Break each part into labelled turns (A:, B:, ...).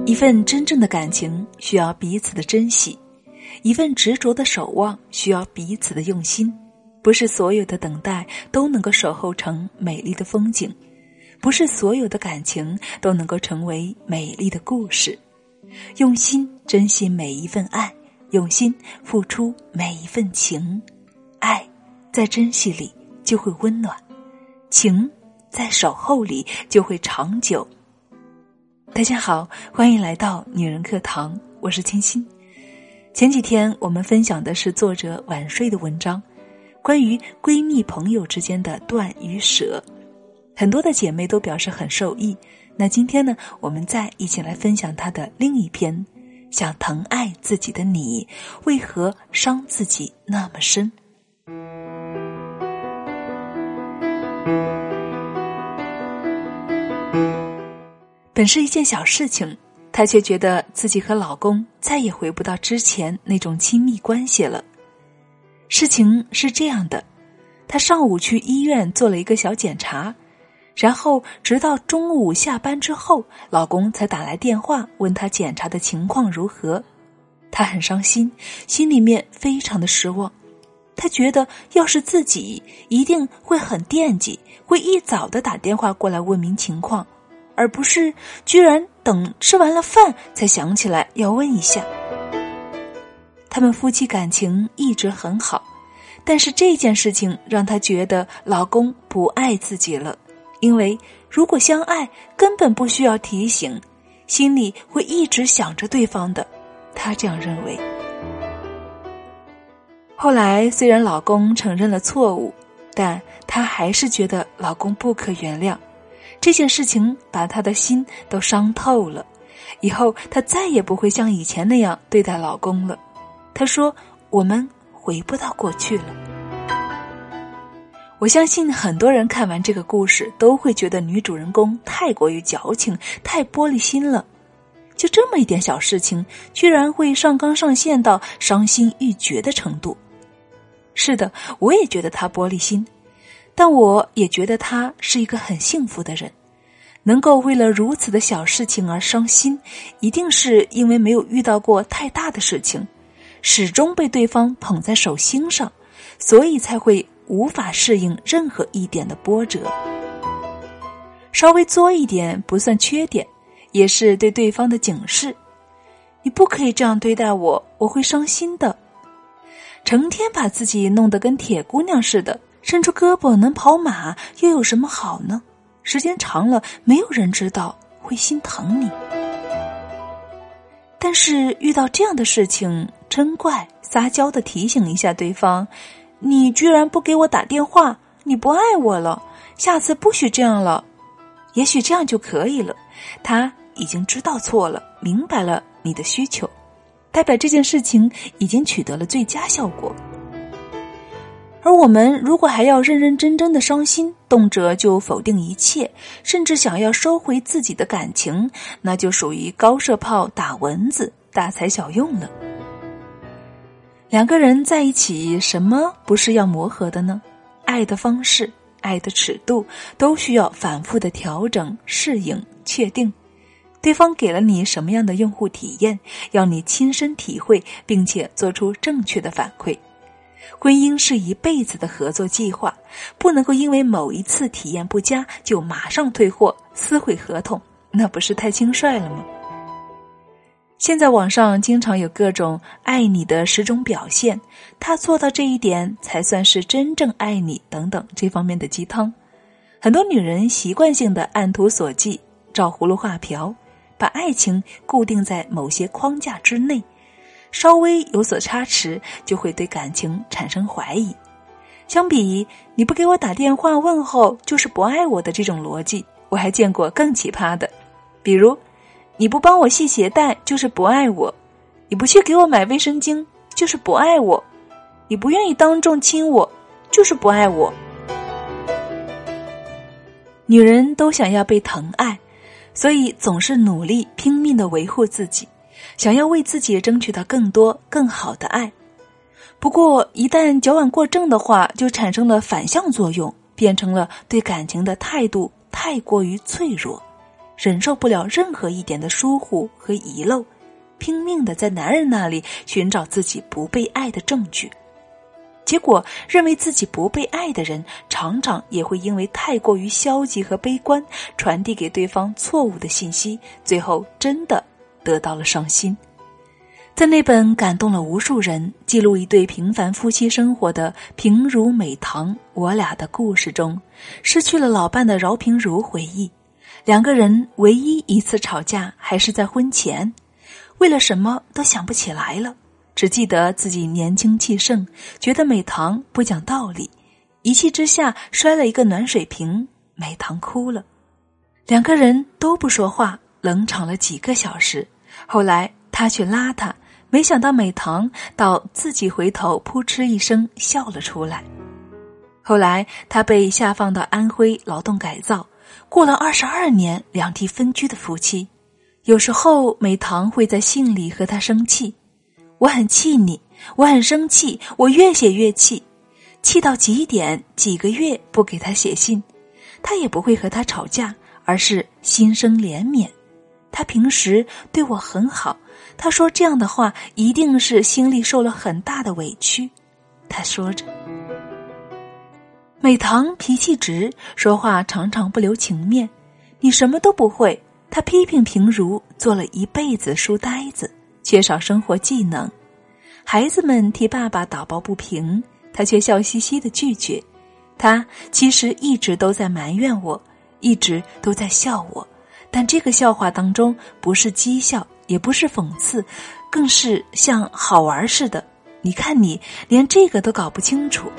A: 一份真正的感情需要彼此的珍惜，一份执着的守望需要彼此的用心。不是所有的等待都能够守候成美丽的风景，不是所有的感情都能够成为美丽的故事。用心珍惜每一份爱，用心付出每一份情。爱在珍惜里就会温暖，情在守候里就会长久。大家好，欢迎来到女人课堂，我是清新。前几天我们分享的是作者晚睡的文章，关于闺蜜朋友之间的断与舍，很多的姐妹都表示很受益。那今天呢，我们再一起来分享她的另一篇，想疼爱自己的你，为何伤自己那么深？本是一件小事情，她却觉得自己和老公再也回不到之前那种亲密关系了。事情是这样的，她上午去医院做了一个小检查，然后直到中午下班之后，老公才打来电话问她检查的情况如何。她很伤心，心里面非常的失望。她觉得要是自己一定会很惦记，会一早的打电话过来问明情况，而不是居然等吃完了饭才想起来要问一下。他们夫妻感情一直很好，但是这件事情让她觉得老公不爱自己了，因为如果相爱根本不需要提醒，心里会一直想着对方的，她这样认为。后来虽然老公承认了错误，但她还是觉得老公不可原谅，这件事情把她的心都伤透了，以后她再也不会像以前那样对待老公了。她说，我们回不到过去了。我相信很多人看完这个故事都会觉得女主人公太过于矫情，太玻璃心了。就这么一点小事情，居然会上纲上线到伤心欲绝的程度。是的，我也觉得她玻璃心，但我也觉得她是一个很幸福的人。能够为了如此的小事情而伤心，一定是因为没有遇到过太大的事情，始终被对方捧在手心上，所以才会无法适应任何一点的波折。稍微作一点不算缺点，也是对对方的警示。你不可以这样对待我，我会伤心的。成天把自己弄得跟铁姑娘似的，伸出胳膊能跑马，又有什么好呢？时间长了，没有人知道会心疼你。但是遇到这样的事情，真怪，撒娇地提醒一下对方，你居然不给我打电话，你不爱我了，下次不许这样了。也许这样就可以了，他已经知道错了，明白了你的需求，代表这件事情已经取得了最佳效果。而我们如果还要认认真真的伤心，动辄就否定一切，甚至想要收回自己的感情，那就属于高射炮打蚊子，大材小用了。两个人在一起，什么不是要磨合的呢？爱的方式，爱的尺度，都需要反复的调整、适应、确定。对方给了你什么样的用户体验，要你亲身体会，并且做出正确的反馈。婚姻是一辈子的合作计划，不能够因为某一次体验不佳就马上退货、撕毁合同，那不是太轻率了吗？现在网上经常有各种爱你的10种表现，他做到这一点才算是真正爱你等等这方面的鸡汤。很多女人习惯性的按图索骥，照葫芦画瓢，把爱情固定在某些框架之内，稍微有所差池就会对感情产生怀疑。相比你不给我打电话问候就是不爱我的这种逻辑，我还见过更奇葩的，比如你不帮我系鞋带就是不爱我，你不去给我买卫生巾就是不爱我，你不愿意当众亲我就是不爱我。女人都想要被疼爱，所以总是努力拼命地维护自己，想要为自己争取到更多更好的爱。不过一旦矫枉过正的话，就产生了反向作用，变成了对感情的态度太过于脆弱， 忍受不了任何一点的疏忽和遗漏，拼命地在男人那里寻找自己不被爱的证据。结果认为自己不被爱的人，常常也会因为太过于消极和悲观，传递给对方错误的信息，最后真的得到了伤心。在那本感动了无数人，记录一对平凡夫妻生活的平如美棠我俩的故事中，失去了老伴的饶平如回忆，两个人唯一一次吵架还是在婚前，为了什么都想不起来了，只记得自己年轻气盛，觉得美棠不讲道理，一气之下摔了一个暖水瓶，美棠哭了。两个人都不说话，冷场了几个小时。后来他去拉她，没想到美棠到自己回头扑哧一声笑了出来。后来他被下放到安徽劳动改造，过了22年两地分居的夫妻。有时候美棠会在信里和他生气，我很气你，我很生气，我越写越气，气到极点，几个月不给他写信，他也不会和他吵架，而是心生怜悯。他平时对我很好，他说这样的话一定是心里受了很大的委屈，他说着。美棠脾气直，说话常常不留情面，你什么都不会。他批评平如做了一辈子书呆子，缺少生活技能。孩子们替爸爸打抱不平，他却笑嘻嘻地拒绝。他其实一直都在埋怨我，一直都在笑我，但这个笑话当中不是讥笑，也不是讽刺，更是像好玩似的。你看你连这个都搞不清楚。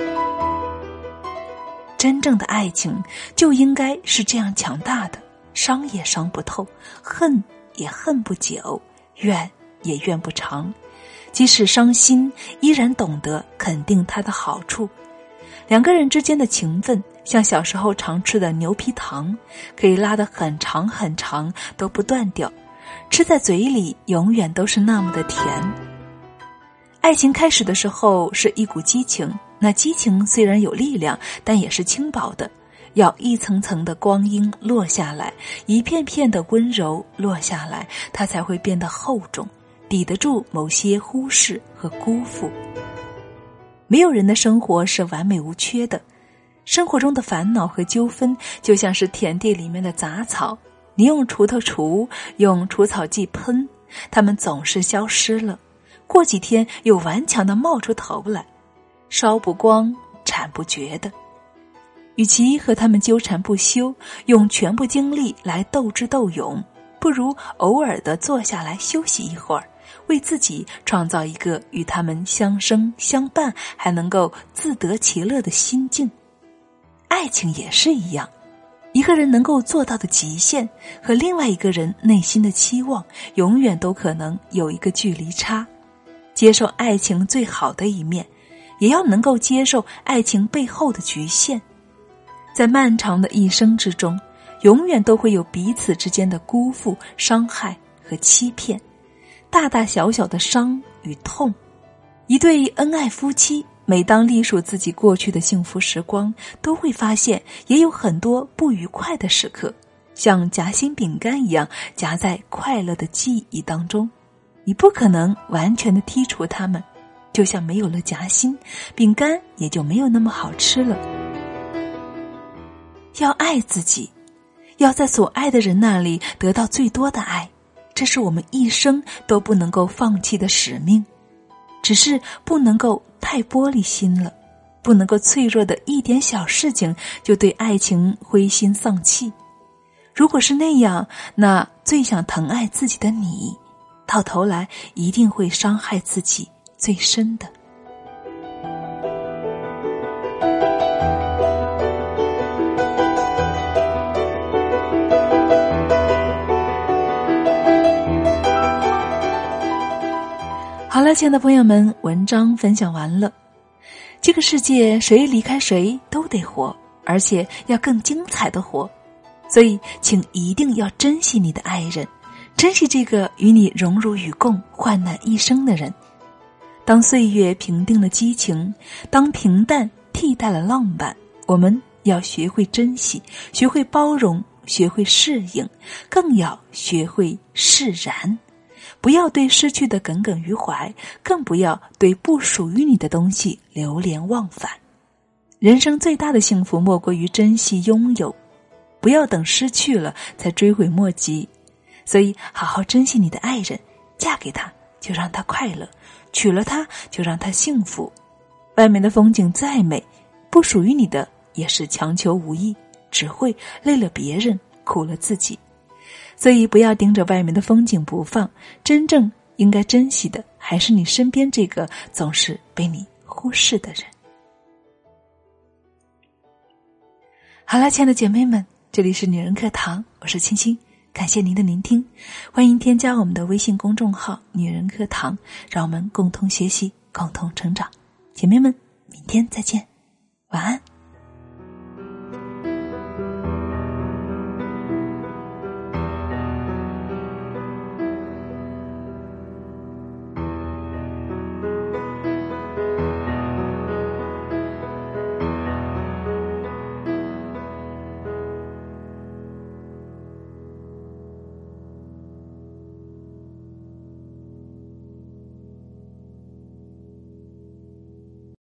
A: 真正的爱情就应该是这样强大的，伤也伤不透，恨也恨不久，怨也怨不长。即使伤心，依然懂得肯定它的好处。两个人之间的情分，像小时候常吃的牛皮糖，可以拉得很长很长都不断掉，吃在嘴里永远都是那么的甜。爱情开始的时候是一股激情，那激情虽然有力量，但也是轻薄的，要一层层的光阴落下来，一片片的温柔落下来，它才会变得厚重，抵得住某些忽视和辜负。没有人的生活是完美无缺的，生活中的烦恼和纠纷就像是田地里面的杂草，你用锄头除，用除草剂喷，它们总是消失了，过几天又顽强地冒出头来，烧不光，铲不绝的。与其和他们纠缠不休，用全部精力来斗智斗勇，不如偶尔地坐下来休息一会儿，为自己创造一个与他们相生相伴，还能够自得其乐的心境。爱情也是一样，一个人能够做到的极限和另外一个人内心的期望，永远都可能有一个距离差。接受爱情最好的一面，也要能够接受爱情背后的局限。在漫长的一生之中，永远都会有彼此之间的辜负、伤害和欺骗，大大小小的伤与痛。一对恩爱夫妻，每当历数自己过去的幸福时光，都会发现也有很多不愉快的时刻，像夹心饼干一样夹在快乐的记忆当中。你不可能完全的剔除它们，就像没有了夹心，饼干也就没有那么好吃了。要爱自己，要在所爱的人那里得到最多的爱，这是我们一生都不能够放弃的使命。只是不能够太玻璃心了，不能够脆弱的一点小事情就对爱情灰心丧气。如果是那样，那最想疼爱自己的你，到头来一定会伤害自己最深的。好了，亲爱的朋友们，文章分享完了。这个世界谁离开谁都得活，而且要更精彩的活。所以请一定要珍惜你的爱人，珍惜这个与你荣辱与共、患难一生的人。当岁月平定了激情，当平淡替代了浪漫，我们要学会珍惜，学会包容， 学会适应，更要学会释然。不要对失去的耿耿于怀，更不要对不属于你的东西流连忘返。人生最大的幸福莫过于珍惜拥有，不要等失去了才追悔莫及。所以好好珍惜你的爱人，嫁给他就让他快乐，娶了他就让他幸福。外面的风景再美，不属于你的也是强求无益，只会累了别人，苦了自己。所以不要盯着外面的风景不放，真正应该珍惜的还是你身边这个总是被你忽视的人。好了，亲爱的姐妹们，这里是女人课堂，我是清新，感谢您的聆听，欢迎添加我们的微信公众号女人课堂，让我们共同学习，共同成长。姐妹们，明天再见，晚安。